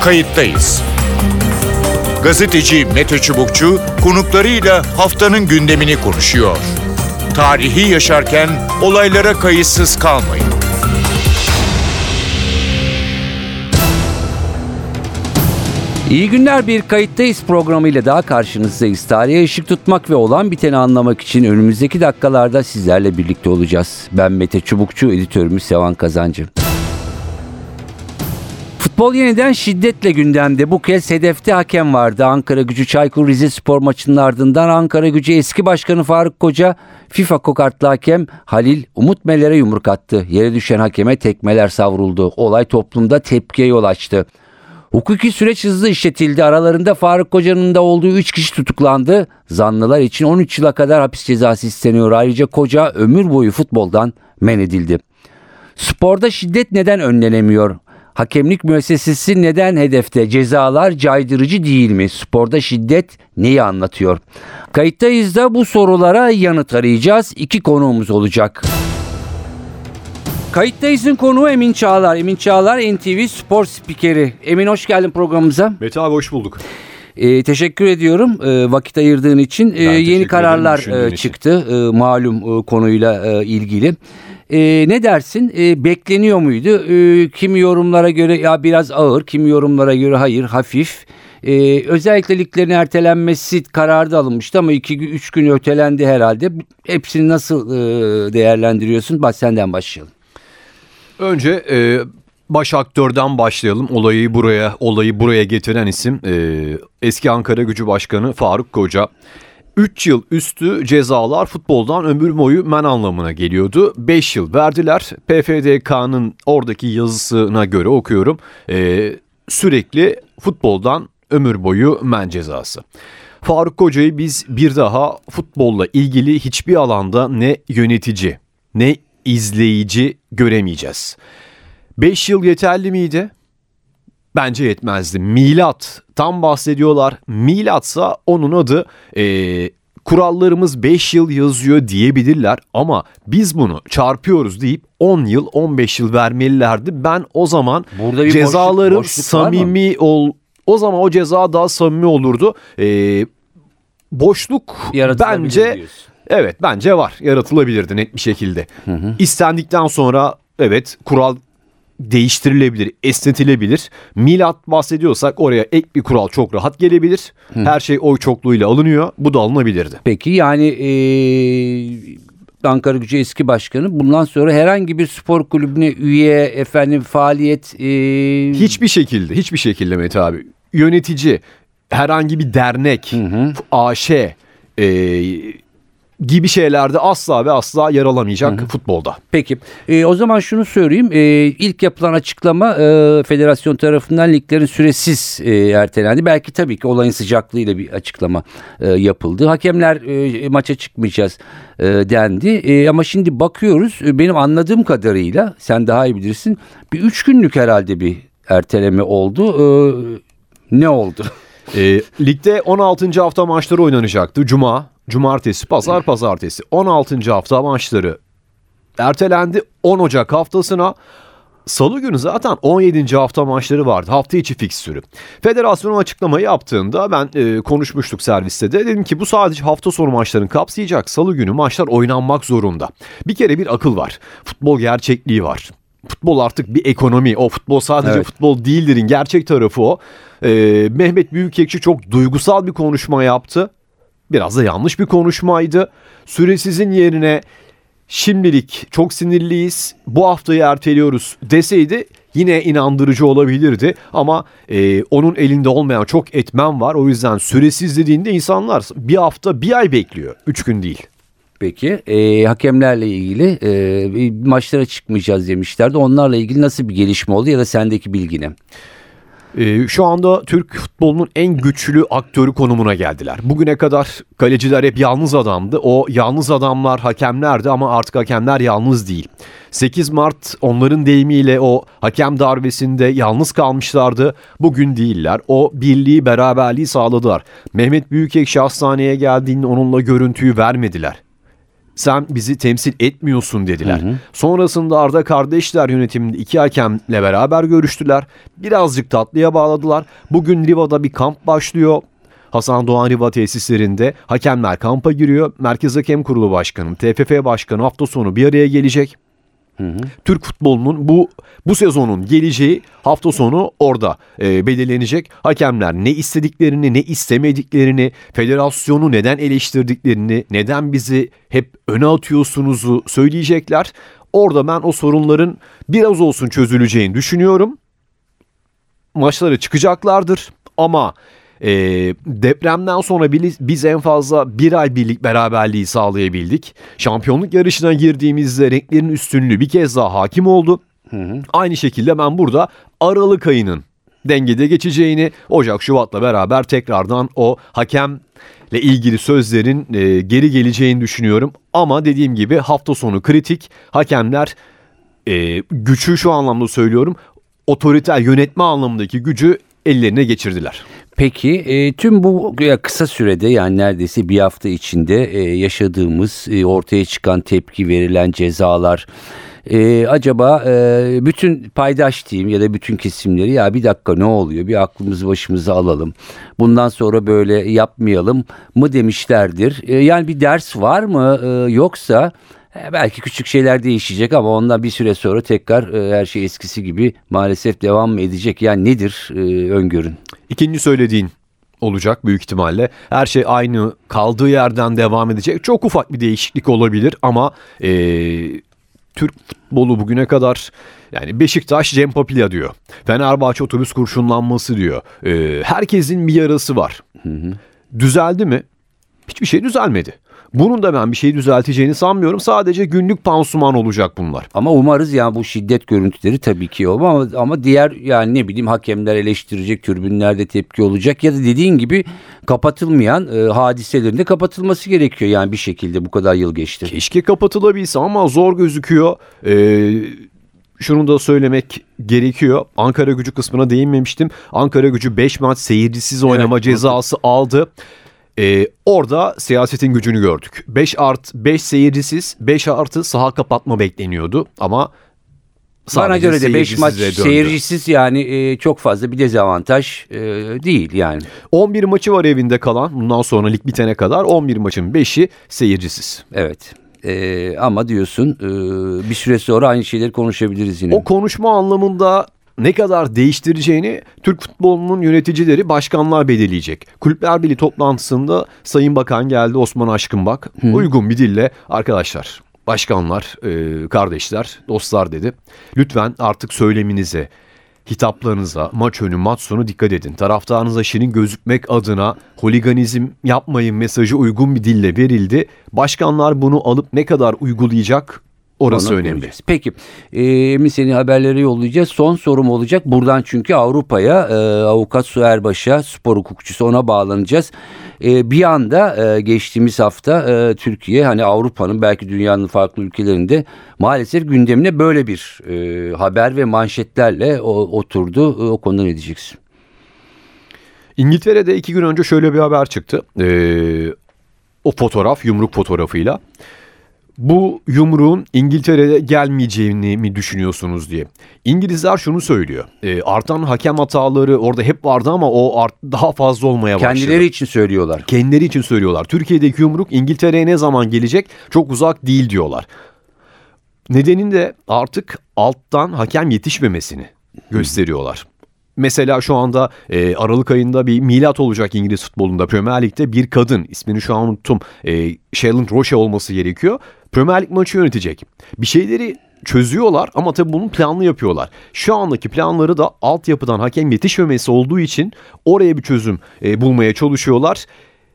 Kayıttayız. Gazeteci Mete Çubukçu konuklarıyla haftanın gündemini konuşuyor. Tarihi yaşarken olaylara kayıtsız kalmayın. İyi günler, bir Kayıttayız programıyla daha karşınızdayız. Tarihe ışık tutmak ve olan biteni anlamak için önümüzdeki dakikalarda sizlerle birlikte olacağız. Ben Mete Çubukçu, editörümüz Sevan Kazancı. Futbol yeniden şiddetle gündemde. Bu kez hedefte hakem vardı. Ankaragücü Çaykur Rizespor maçının ardından Ankaragücü eski başkanı Faruk Koca, FIFA kokartlı hakem Halil Umutmeler'e yumruk attı. Yere düşen hakeme tekmeler savruldu. Olay toplumda tepkiye yol açtı. Hukuki süreç hızlı işletildi. Aralarında Faruk Koca'nın da olduğu 3 kişi tutuklandı. Zanlılar için 13 yıla kadar hapis cezası isteniyor. Ayrıca Koca ömür boyu futboldan men edildi. Sporda şiddet neden önlenemiyor? Hakemlik müessesesi neden hedefte? Cezalar caydırıcı değil mi? Sporda şiddet neyi anlatıyor? Kayıttayız da bu sorulara yanıt arayacağız. 2 konuğumuz olacak. Kayıttayız'ın konuğu Emin Çağlar. Emin Çağlar NTV spor spikeri. Emin, hoş geldin programımıza. Mete abi, hoş bulduk. Teşekkür ediyorum vakit ayırdığın için. Yeni kararlar çıktı malum konuyla ilgili. Ne dersin? Bekleniyor muydu? Kimi yorumlara göre ya biraz ağır, kimi yorumlara göre hayır, hafif. Özellikle liglerin ertelenmesi kararı da alınmıştı ama 2-3 gün ötelendi herhalde. Hepsini nasıl değerlendiriyorsun? Senden başlayalım. Önce baş aktörden başlayalım. Olayı buraya getiren isim eski Ankaragücü Başkanı Faruk Koca. 3 yıl üstü cezalar futboldan ömür boyu men anlamına geliyordu. 5 yıl verdiler. PFDK'nın oradaki yazısına göre okuyorum. Sürekli futboldan ömür boyu men cezası. Faruk Koca'yı biz bir daha futbolla ilgili hiçbir alanda ne yönetici ne izleyici göremeyeceğiz. 5 yıl yeterli miydi? Bence yetmezdi. Milattan bahsediyorlar. Milatsa onun adı, kurallarımız 5 yıl yazıyor diyebilirler ama biz bunu çarpıyoruz deyip 10 yıl 15 yıl vermelilerdi. Ben o zaman cezaların samimi o zaman o ceza daha samimi olurdu. Boşluk bence bence var. Yaratılabilirdi net bir şekilde. İstendikten sonra evet, kural değiştirilebilir, esnetilebilir. Milat bahsediyorsak oraya ek bir kural çok rahat gelebilir. Her şey oy çokluğuyla alınıyor. Bu da alınabilirdi. Peki yani Ankaragücü eski başkanı bundan sonra herhangi bir spor kulübüne üye, faaliyet hiçbir şekilde Mete abi. Yönetici, herhangi bir dernek, AŞ gibi şeylerde asla ve asla yer alamayacak futbolda. Peki o zaman şunu söyleyeyim. İlk yapılan açıklama federasyon tarafından liglerin süresiz ertelendi. Belki tabii ki olayın sıcaklığıyla bir açıklama yapıldı. Hakemler maça çıkmayacağız dendi. Ama şimdi bakıyoruz, benim anladığım kadarıyla sen daha iyi bilirsin, bir 3 günlük herhalde bir erteleme oldu. Ne oldu? Ligde 16. hafta maçları oynanacaktı. Cumartesi, pazartesi 16. hafta maçları ertelendi 10 Ocak haftasına. Salı günü zaten 17. hafta maçları vardı. Hafta içi fikstürü. Federasyonun açıklamayı yaptığında ben konuşmuştuk serviste de. Dedim ki bu sadece hafta sonu maçlarını kapsayacak. Salı günü maçlar oynanmak zorunda. Bir kere bir akıl var. Futbol gerçekliği var. Futbol artık bir ekonomi. O futbol sadece futbol değildirin. Gerçek tarafı o. Mehmet Büyükekşi çok duygusal bir konuşma yaptı. Biraz da yanlış bir konuşmaydı. Süresizin yerine şimdilik çok sinirliyiz, bu haftayı erteliyoruz deseydi yine inandırıcı olabilirdi. Ama onun elinde olmayan çok etmen var. O yüzden süresiz dediğinde insanlar bir hafta, bir ay bekliyor. 3 gün değil. Peki hakemlerle ilgili maçlara çıkmayacağız demişlerdi. Onlarla ilgili nasıl bir gelişme oldu ya da sendeki bilgine? Şu anda Türk futbolunun en güçlü aktörü konumuna geldiler. Bugüne kadar kaleciler hep yalnız adamdı. O yalnız adamlar hakemlerdi ama artık hakemler yalnız değil. 8 Mart onların deyimiyle o hakem darbesinde yalnız kalmışlardı. Bugün değiller. O birliği, beraberliği sağladılar. Mehmet Büyükekşi hastaneye geldiğinde onunla görüntüyü vermediler. sen bizi temsil etmiyorsun dediler. Sonrasında Arda kardeşler yönetiminde 2 hakemle beraber görüştüler. Birazcık tatlıya bağladılar. Bugün Riva'da bir kamp başlıyor. Hasan Doğan Riva tesislerinde hakemler kampa giriyor. Merkez Hakem Kurulu Başkanı, TFF Başkanı hafta sonu bir araya gelecek. Türk futbolunun bu sezonun geleceği hafta sonu orada belirlenecek. Hakemler ne istediklerini, ne istemediklerini, federasyonu neden eleştirdiklerini, neden bizi hep öne atıyorsunuzu söyleyecekler. Orada ben o sorunların biraz olsun çözüleceğini düşünüyorum. Maçlara çıkacaklardır ama depremden sonra biz en fazla bir ay birlik beraberliği sağlayabildik. Şampiyonluk yarışına girdiğimizde renklerin üstünlüğü bir kez daha hakim oldu. Aynı şekilde ben burada Aralık ayının dengede geçeceğini, Ocak Şubat'la beraber tekrardan o hakemle ilgili sözlerin geri geleceğini düşünüyorum. Ama dediğim gibi hafta sonu kritik. Hakemler gücü şu anlamda söylüyorum, otoriter yönetme anlamındaki gücü ellerine geçirdiler. Peki tüm bu kısa sürede, yani neredeyse bir hafta içinde yaşadığımız, ortaya çıkan tepki, verilen cezalar, acaba bütün paydaş diyeyim ya da bütün kesimleri, ya bir dakika ne oluyor, bir aklımızı başımıza alalım, bundan sonra böyle yapmayalım mı demişlerdir. Yani bir ders var mı, yoksa belki küçük şeyler değişecek ama ondan bir süre sonra tekrar her şey eskisi gibi maalesef devam mı edecek? Yani nedir öngörün? İkinci söylediğin olacak büyük ihtimalle. Her şey aynı kaldığı yerden devam edecek. Çok ufak bir değişiklik olabilir ama Türk futbolu bugüne kadar, yani Beşiktaş Cem Papilya diyor. Fenerbahçe otobüs kurşunlanması diyor. Herkesin bir yarası var. Düzeldi mi? Hiçbir şey düzelmedi. Bunun da ben bir şey düzelteceğini sanmıyorum. Sadece günlük pansuman olacak bunlar. Ama umarız yani bu şiddet görüntüleri tabii ki ama diğer, yani ne bileyim, hakemler eleştirecek, tribünlerde tepki olacak ya da dediğin gibi kapatılmayan hadiselerin de kapatılması gerekiyor. Yani bir şekilde bu kadar yıl geçti. Keşke kapatılabilse ama zor gözüküyor. Şunu da söylemek gerekiyor. Ankara Gücü kısmına değinmemiştim. Ankara Gücü 5 maç seyircisiz oynama cezası aldı. Orada siyasetin gücünü gördük. 5 seyircisiz, 5 artı saha kapatma bekleniyordu ama bana göre de 5 maç seyircisiz, yani çok fazla bir dezavantaj değil yani. 11 maçı var evinde kalan, bundan sonra lig bitene kadar 11 maçın 5'i seyircisiz. Evet. Ama diyorsun bir süre sonra aynı şeyleri konuşabiliriz yine. O konuşma anlamında ne kadar değiştireceğini Türk futbolunun yöneticileri, başkanlar belirleyecek. Kulüpler Birliği toplantısında Sayın Bakan geldi, Osman Aşkınbak. Uygun bir dille, arkadaşlar, başkanlar, kardeşler, dostlar dedi. Lütfen artık söyleminize, hitaplarınıza, maç önü, maç sonu dikkat edin. Taraftarınıza şirin gözükmek adına holiganizm yapmayın mesajı uygun bir dille verildi. Başkanlar bunu alıp ne kadar uygulayacak? Orası önemli. Göreceğiz. Peki Emin, seni haberlere yollayacağız. Son sorum olacak. Buradan çünkü Avrupa'ya, avukat Su Erbaş'a, spor hukukçusu, ona bağlanacağız. Bir anda geçtiğimiz hafta Türkiye, hani Avrupa'nın, belki dünyanın farklı ülkelerinde maalesef gündemine böyle bir haber ve manşetlerle oturdu. O konuda ne diyeceksin? İngiltere'de 2 gün önce şöyle bir haber çıktı. O fotoğraf, yumruk fotoğrafıyla. Bu yumruğun İngiltere'de gelmeyeceğini mi düşünüyorsunuz diye. İngilizler şunu söylüyor. Artan hakem hataları orada hep vardı ama o daha fazla olmaya başladı. Kendileri için söylüyorlar. Kendileri için söylüyorlar. Türkiye'deki yumruk İngiltere'ye ne zaman gelecek? Çok uzak değil diyorlar. Nedenin de artık alttan hakem yetişmemesini gösteriyorlar. Mesela şu anda Aralık ayında bir milat olacak İngiliz futbolunda. Premier Lig'de bir kadın, ismini şu an unuttum, Shailene Roche olması gerekiyor. Premier Lig maçı yönetecek. Bir şeyleri çözüyorlar ama tabii bunu planlı yapıyorlar. Şu andaki planları da altyapıdan hakem yetişmemesi olduğu için oraya bir çözüm bulmaya çalışıyorlar.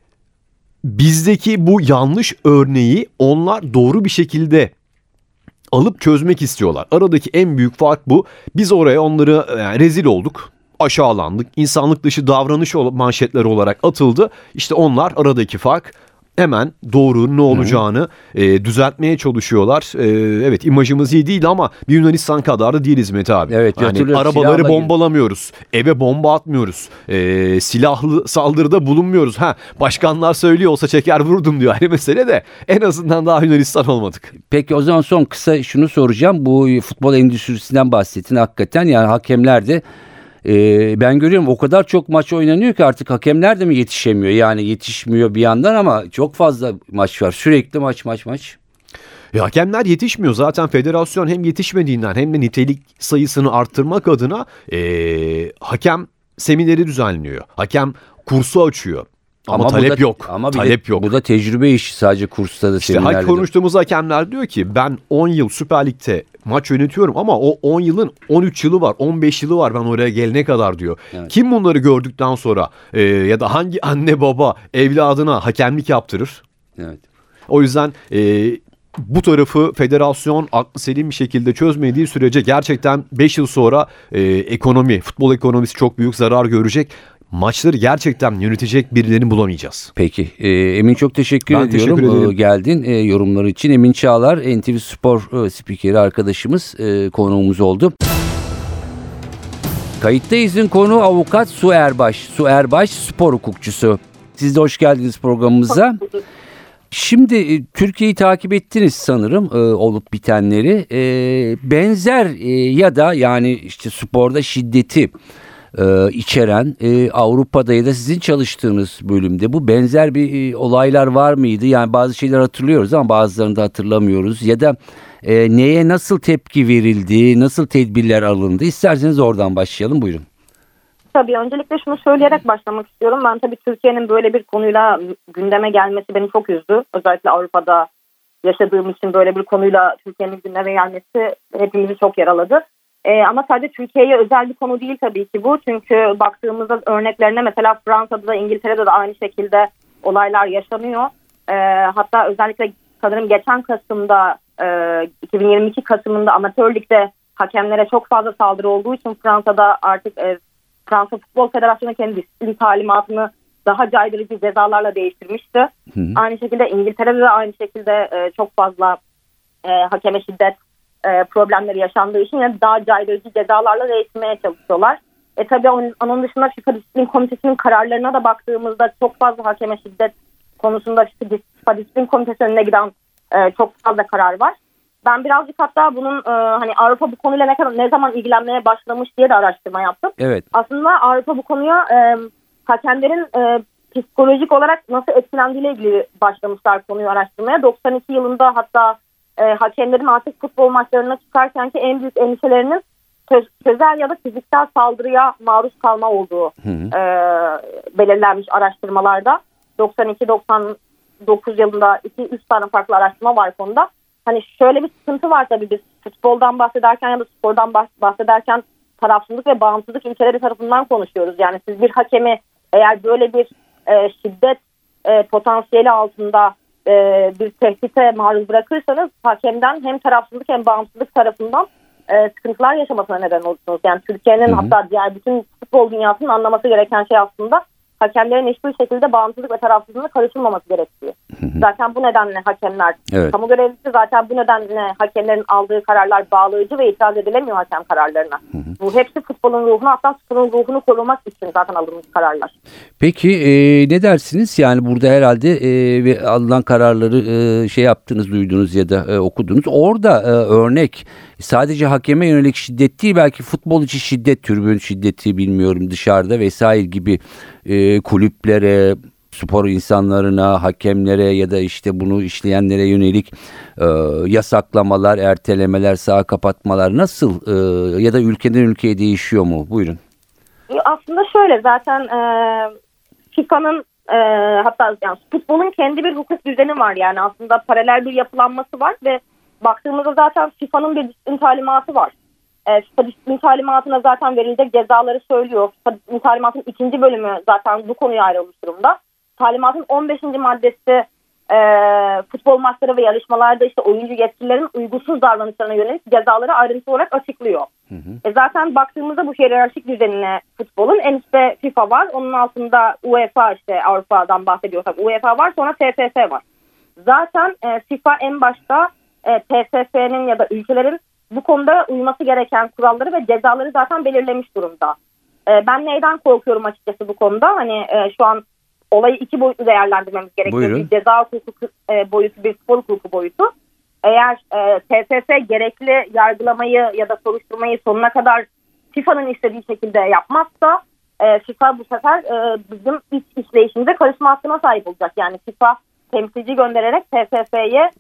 Bizdeki bu yanlış örneği onlar doğru bir şekilde alıp çözmek istiyorlar. Aradaki en büyük fark bu. Biz oraya onları rezil olduk, aşağılandık, insanlık dışı davranış manşetleri olarak atıldı. İşte onlar aradaki fark. hemen doğru ne olacağını düzeltmeye çalışıyorlar. Evet, imajımız iyi değil ama bir Yunanistan kadar da değiliz Mete abi. Evet, yani arabaları bombalamıyoruz. Eve bomba atmıyoruz. Silahlı saldırıda bulunmuyoruz. Başkanlar söylüyor olsa çeker vurdum diyor. Aynı mesele de en azından daha Yunanistan olmadık. Peki o zaman son kısa şunu soracağım. Bu futbol endüstrisinden bahsettin hakikaten. Yani hakemler de ben görüyorum o kadar çok maç oynanıyor ki artık hakemler de mi yetişemiyor? Yani yetişmiyor bir yandan ama çok fazla maç var. Sürekli maç. Hakemler yetişmiyor. Zaten federasyon hem yetişmediğinden hem de nitelik sayısını arttırmak adına hakem semineri düzenliyor. Hakem kursu açıyor. Ama talep yok. Ama talep yok. Bu da tecrübe işi, sadece kursta da seminerlerde. Konuştuğumuz hakemler diyor ki ben 10 yıl Süper Lig'de maç yönetiyorum ama o 10 yılın 13 yılı var, 15 yılı var ben oraya gelene kadar diyor. Evet. Kim bunları gördükten sonra ya da hangi anne baba evladına hakemlik yaptırır? Evet. O yüzden bu tarafı federasyon aklı selim bir şekilde çözmediği sürece gerçekten 5 yıl sonra futbol ekonomisi çok büyük zarar görecek. Maçları gerçekten yönetecek birilerini bulamayacağız. Peki. Emin çok teşekkür ediyorum. Teşekkür ederim. Geldin yorumları için. Emin Çağlar, NTV Spor spikeri arkadaşımız konuğumuz oldu. Kayıttayız'ın konu avukat Su Erbaş. Su Erbaş spor hukukçusu. Siz de hoş geldiniz programımıza. Şimdi Türkiye'yi takip ettiniz sanırım olup bitenleri. Benzer ya da yani işte sporda şiddeti içeren Avrupa'da ya da sizin çalıştığınız bölümde bu benzer bir olaylar var mıydı? Yani bazı şeyler hatırlıyoruz ama bazılarını da hatırlamıyoruz. Ya da neye nasıl tepki verildi, nasıl tedbirler alındı? İsterseniz oradan başlayalım, buyurun. Tabii öncelikle şunu söyleyerek başlamak istiyorum. Ben tabii Türkiye'nin böyle bir konuyla gündeme gelmesi beni çok üzdü. Özellikle Avrupa'da yaşadığım için böyle bir konuyla Türkiye'nin gündeme gelmesi hepimizi çok yaraladı. Ama sadece Türkiye'ye özel bir konu değil tabii ki bu. Çünkü baktığımızda örneklerine mesela Fransa'da da İngiltere'de de aynı şekilde olaylar yaşanıyor. Hatta özellikle sanırım geçen Kasım'da 2022 Kasım'ında amatör ligde hakemlere çok fazla saldırı olduğu için Fransa'da artık Fransa Futbol Federasyonu kendi disiplin talimatını daha caydırıcı cezalarla değiştirmişti. Aynı şekilde İngiltere'de de aynı şekilde çok fazla hakeme şiddet problemleri yaşandığı için yani daha caydırıcı cezalarla değiştirmeye çalışıyorlar. Tabii onun dışında FIFA Disiplin Komitesi'nin kararlarına da baktığımızda çok fazla hakeme şiddet konusunda FIFA Disiplin Komitesi önüne giden çok fazla karar var. Ben birazcık hatta bunun hani Avrupa bu konuyla ne zaman ilgilenmeye başlamış diye de araştırma yaptım. Evet. Aslında Avrupa bu konuya hakemlerin psikolojik olarak nasıl etkilendiğiyle ilgili başlamışlar konuyu araştırmaya. 92 yılında hatta hakemlerin artık futbol maçlarına çıkarkenki en büyük endişelerinin sözel ya da fiziksel saldırıya maruz kalma olduğu belirlenmiş araştırmalarda. 92-99 yılında 2-3 tane farklı araştırma var konuda. Hani şöyle bir sıkıntı var tabii, biz futboldan bahsederken ya da spordan bahsederken tarafsızlık ve bağımsızlık ilkeleri tarafından konuşuyoruz. Yani siz bir hakemi eğer böyle bir şiddet potansiyeli altında bir tehdite maruz bırakırsanız hakemden hem tarafsızlık hem bağımsızlık tarafından sıkıntılar yaşamasına neden olursunuz. Yani Türkiye'nin hatta diğer bütün futbol dünyasının anlaması gereken şey aslında hakemlerin hiçbir şekilde bağımsızlık ve tarafsızlığına karışılmaması gerektiği. Zaten bu nedenle hakemler kamu görevlisi, zaten bu nedenle hakemlerin aldığı kararlar bağlayıcı ve itiraz edilemiyor hakem kararlarına. Bu hepsi futbolun ruhunu, hatta sporun ruhunu korumak için zaten alınmış kararlar. Peki ne dersiniz? Yani burada herhalde alınan kararları şey yaptınız, duydunuz ya da okudunuz. Orada örnek sadece hakeme yönelik şiddet değil, belki futbol içi şiddet, tribün şiddeti, bilmiyorum, dışarıda vesaire gibi kulüplere, spor insanlarına, hakemlere ya da işte bunu işleyenlere yönelik yasaklamalar, ertelemeler, saha kapatmalar nasıl ya da ülkeden ülkeye değişiyor mu? Buyurun. Aslında şöyle, zaten FIFA'nın hatta yani futbolun kendi bir hukuk düzeni var. Yani aslında paralel bir yapılanması var ve baktığımızda zaten FIFA'nın bir disiplin talimatı var. FIFA disiplin talimatına zaten verilecek cezaları söylüyor. FIFA disiplin talimatının 2. bölümü zaten bu konuya ayrılmış durumda. Talimatın 15. maddesi futbol maçları ve yarışmalarda işte oyuncu yetkililerin uygusuz davranışlarına yönelik cezaları ayrıntılı olarak açıklıyor. Zaten baktığımızda bu hiyerarşik düzenine futbolun en üstte FIFA var. Onun altında UEFA, işte Avrupa'dan bahsediyorsak UEFA var, sonra TFF var. Zaten FIFA en başta TFF'nin ya da ülkelerin bu konuda uyması gereken kuralları ve cezaları zaten belirlemiş durumda. Ben neyden korkuyorum açıkçası bu konuda? Hani şu an olayı iki boyutlu değerlendirmemiz gerekiyor. Buyurun. Bir ceza hukuku boyutu, bir spor hukuku boyutu. Eğer TFF gerekli yargılamayı ya da soruşturmayı sonuna kadar FIFA'nın istediği şekilde yapmazsa FIFA bu sefer bizim iç işleyişimize karışma hakkına sahip olacak. Yani FIFA temsilci göndererek TFF'ye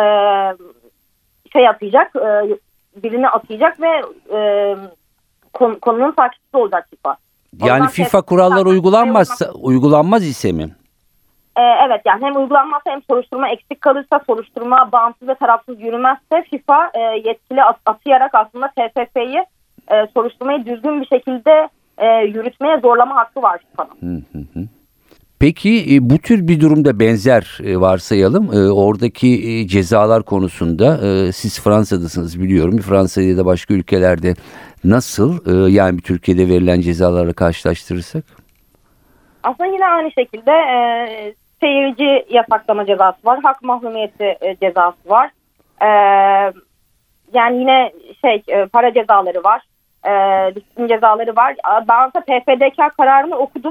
atayacak, birini atayacak ve konunun takipçisi olacak FIFA. Yani FIFA kuralları uygulanmaz ise mi? Evet, yani hem uygulanmazsa hem soruşturma eksik kalırsa, soruşturma bağımsız ve tarafsız yürümezse FIFA yetkili atayarak aslında TFF'yi soruşturmayı düzgün bir şekilde yürütmeye zorlama hakkı var FIFA'nın. Peki bu tür bir durumda benzer varsayalım. Oradaki cezalar konusunda siz Fransa'dasınız biliyorum. Fransa'da ya da başka ülkelerde nasıl? Yani bir Türkiye'de verilen cezalarla karşılaştırırsak? Aslında yine aynı şekilde seyirci yasaklama cezası var. Hak mahrumiyeti cezası var. Yani yine para cezaları var. Disiplin cezaları var. Ben de PFDK kararını okudum.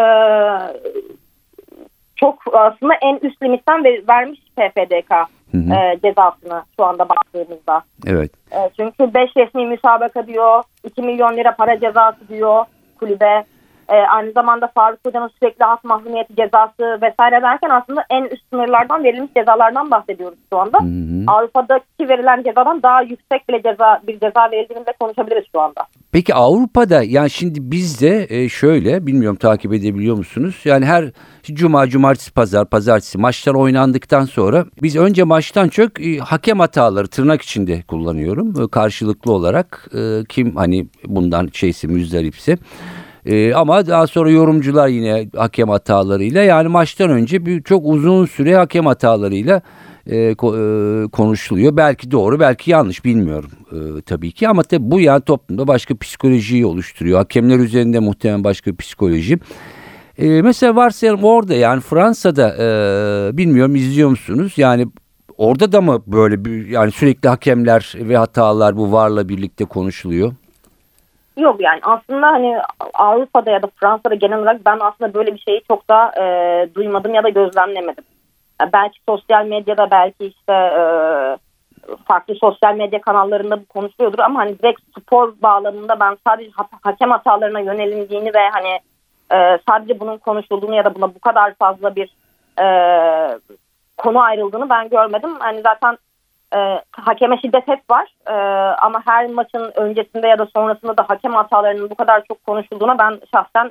Çok aslında en üst limitten vermiş PFDK cezasını şu anda baktığımızda. Evet. Çünkü 5 resmi müsabaka diyor, 2 milyon lira para cezası diyor kulübe. Aynı zamanda Faruk Hoca'nın sürekli hak mahrumiyeti cezası vesaire derken aslında en üst sınırlardan verilmiş cezalardan bahsediyoruz şu anda. Avrupa'daki verilen cezadan daha yüksek bir ceza verildiğini de konuşabiliriz şu anda. Peki Avrupa'da, yani şimdi bizde şöyle, bilmiyorum takip edebiliyor musunuz? Yani her cuma, cumartesi, pazartesi maçlar oynandıktan sonra biz önce maçtan çok hakem hataları tırnak içinde kullanıyorum. Karşılıklı olarak kim hani bundan müzdaripse. Ama daha sonra yorumcular yine hakem hatalarıyla, yani maçtan önce çok uzun süre hakem hatalarıyla konuşuluyor. Belki doğru, belki yanlış, bilmiyorum tabii ki, ama tabii bu yani toplumda başka psikolojiyi oluşturuyor. Hakemler üzerinde muhtemelen başka bir psikoloji. Mesela varsayalım orada, yani Fransa'da bilmiyorum izliyor musunuz? Yani orada da mı böyle yani sürekli hakemler ve hatalar bu VAR'la birlikte konuşuluyor? Yok, yani aslında hani Avrupa'da ya da Fransa'da genel olarak ben aslında böyle bir şeyi çok da duymadım ya da gözlemlemedim. Belki sosyal medyada, belki işte farklı sosyal medya kanallarında bu konuşuluyordur ama hani direkt spor bağlamında ben sadece hakem hatalarına yönelindiğini ve hani sadece bunun konuşulduğunu ya da buna bu kadar fazla bir konu ayrıldığını ben görmedim. Hani zaten hakeme şiddet hep var ama her maçın öncesinde ya da sonrasında da hakem hatalarının bu kadar çok konuşulduğuna ben şahsen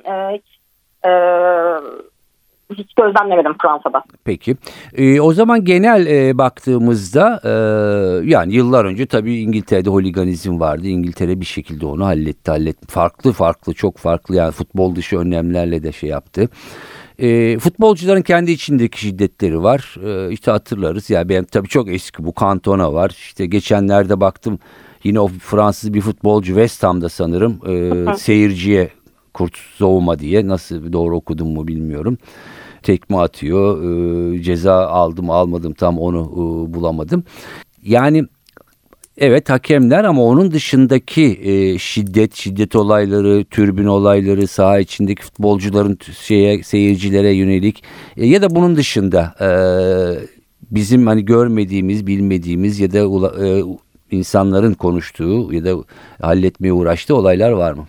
hiç gözlemlemedim Fransa'da. Peki. O zaman genel baktığımızda yani yıllar önce tabii İngiltere'de holiganizm vardı. İngiltere bir şekilde onu halletti. Farklı, çok farklı, yani futbol dışı önlemlerle de yaptı. Futbolcuların kendi içindeki şiddetleri var. İşte hatırlarız. Yani benim tabii çok eski bu Cantona var. İşte geçenlerde baktım yine o Fransız bir futbolcu West Ham'da sanırım seyirciye Kurt Zouma diye, nasıl doğru okudum mu bilmiyorum, tekme atıyor. Ceza aldım almadım tam onu bulamadım. Yani evet hakemler, ama onun dışındaki şiddet olayları, tribün olayları, saha içindeki futbolcuların seyircilere yönelik ya da bunun dışında bizim hani görmediğimiz, bilmediğimiz ya da insanların konuştuğu ya da halletmeye uğraştığı olaylar var mı?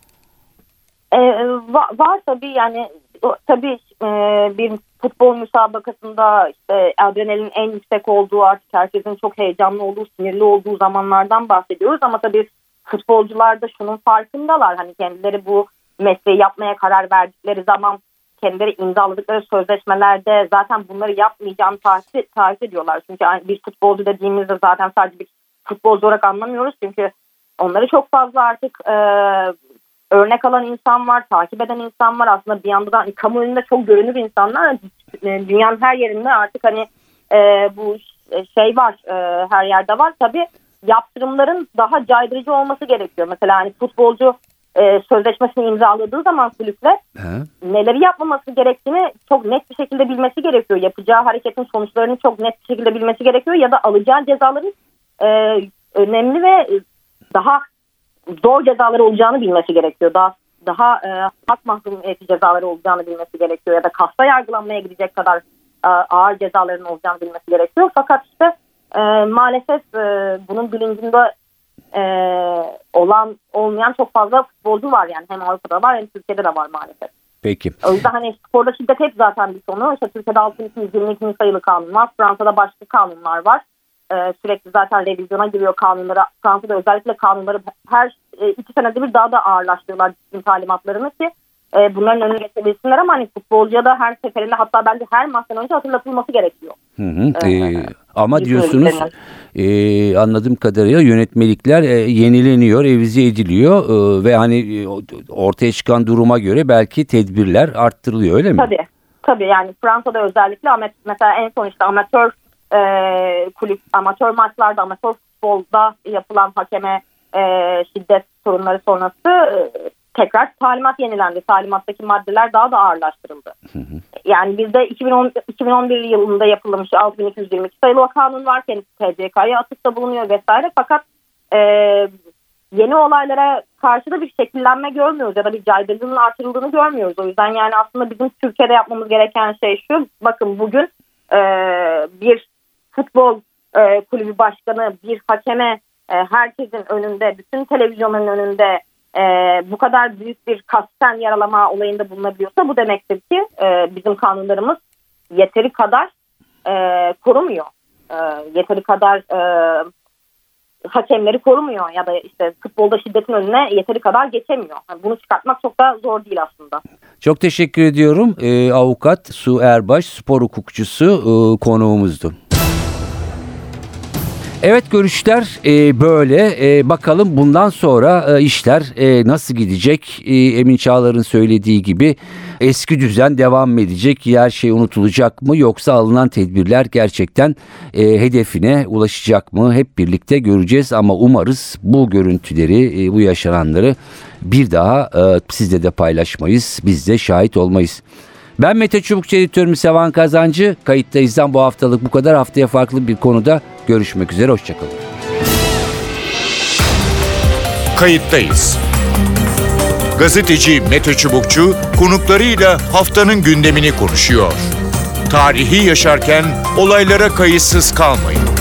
Var tabii, yani tabii bir futbol müsabakasında işte adrenalin en yüksek olduğu, artık herkesin çok heyecanlı olduğu, sinirli olduğu zamanlardan bahsediyoruz ama tabii futbolcular da şunun farkındalar. Hani kendileri bu mesleği yapmaya karar verdikleri zaman kendileri imzaladıkları sözleşmelerde zaten bunları yapmayacağını tarif ediyorlar. Çünkü bir futbolcu dediğimizde zaten sadece bir futbolcu olarak anlamıyoruz. Çünkü onları çok fazla artık örnek alan insan var, takip eden insan var. Aslında bir yandan hani, kamuoyunda çok görünür insanlar. Dünyanın her yerinde artık hani bu şey var, her yerde var. Tabii yaptırımların daha caydırıcı olması gerekiyor. Mesela hani futbolcu sözleşmesini imzaladığı zaman kulüple neleri yapmaması gerektiğini çok net bir şekilde bilmesi gerekiyor. Yapacağı hareketin sonuçlarını çok net bir şekilde bilmesi gerekiyor. Ya da alacağı cezaların önemli ve daha zor cezaları olacağını bilmesi gerekiyor. Daha hak mahkumiyeti cezaları olacağını bilmesi gerekiyor. Ya da kasta yargılanmaya gidecek kadar ağır cezaların olacağını bilmesi gerekiyor. Fakat işte maalesef bunun bilincinde olmayan çok fazla futbolcu var yani. Hem Avrupa'da var hem Türkiye'de de var maalesef. Peki. O yüzden hani sporda şiddet hep zaten bir konu. İşte Türkiye'de 6.222 sayılı kanun var. Fransa'da başka kanunlar var. Sürekli zaten revizyona giriyor kanunları. Fransa'da özellikle kanunları her 2 senede bir daha da ağırlaştırıyorlar disiplin talimatlarını ki bunların önüne geçebilsinler ama hani futbolcuya da her seferinde hatta bence her maçtan önce hatırlatılması gerekiyor. Ama diyorsunuz anladığım kadarıyla yönetmelikler yenileniyor, revize ediliyor ve hani ortaya çıkan duruma göre belki tedbirler arttırılıyor, öyle mi? Tabii yani Fransa'da özellikle mesela en son işte amatör kulüp, amatör maçlarda, amatör futbolda yapılan hakeme şiddet sorunları sonrası tekrar talimat yenilendi. Talimattaki maddeler daha da ağırlaştırıldı. Yani bizde 2011 yılında yapılmış 6222 sayılı kanun var. Kendisi TCK'ya atıfta bulunuyor vesaire. Fakat yeni olaylara karşı da bir şekillenme görmüyoruz ya da bir caydırıcılığın artırıldığını görmüyoruz. O yüzden yani aslında bizim Türkiye'de yapmamız gereken şey şu. Bakın bugün bir futbol kulübü başkanı bir hakeme herkesin önünde, bütün televizyonların önünde bu kadar büyük bir kasten yaralama olayında bulunabiliyorsa bu demektir ki bizim kanunlarımız yeteri kadar korumuyor. Yeteri kadar hakemleri korumuyor ya da işte futbolda şiddetin önüne yeteri kadar geçemiyor. Yani bunu çıkartmak çok da zor değil aslında. Çok teşekkür ediyorum. Avukat Su Erbaş, spor hukukçusu konuğumuzdu. Evet, görüşler böyle. Bakalım bundan sonra işler nasıl gidecek? Emin Çağlar'ın söylediği gibi eski düzen devam mı edecek? Her şey unutulacak mı? Yoksa alınan tedbirler gerçekten hedefine ulaşacak mı? Hep birlikte göreceğiz ama umarız bu görüntüleri, bu yaşananları bir daha sizle de paylaşmayız. Biz de şahit olmayız. Ben Mete Çubukçu, editörüm Sevan Kazancı. Kayıttayız'dan bu haftalık bu kadar. Haftaya farklı bir konuda görüşmek üzere. Hoşçakalın. Kayıttayız. Gazeteci Mete Çubukçu konuklarıyla haftanın gündemini konuşuyor. Tarihi yaşarken olaylara kayıtsız kalmayın.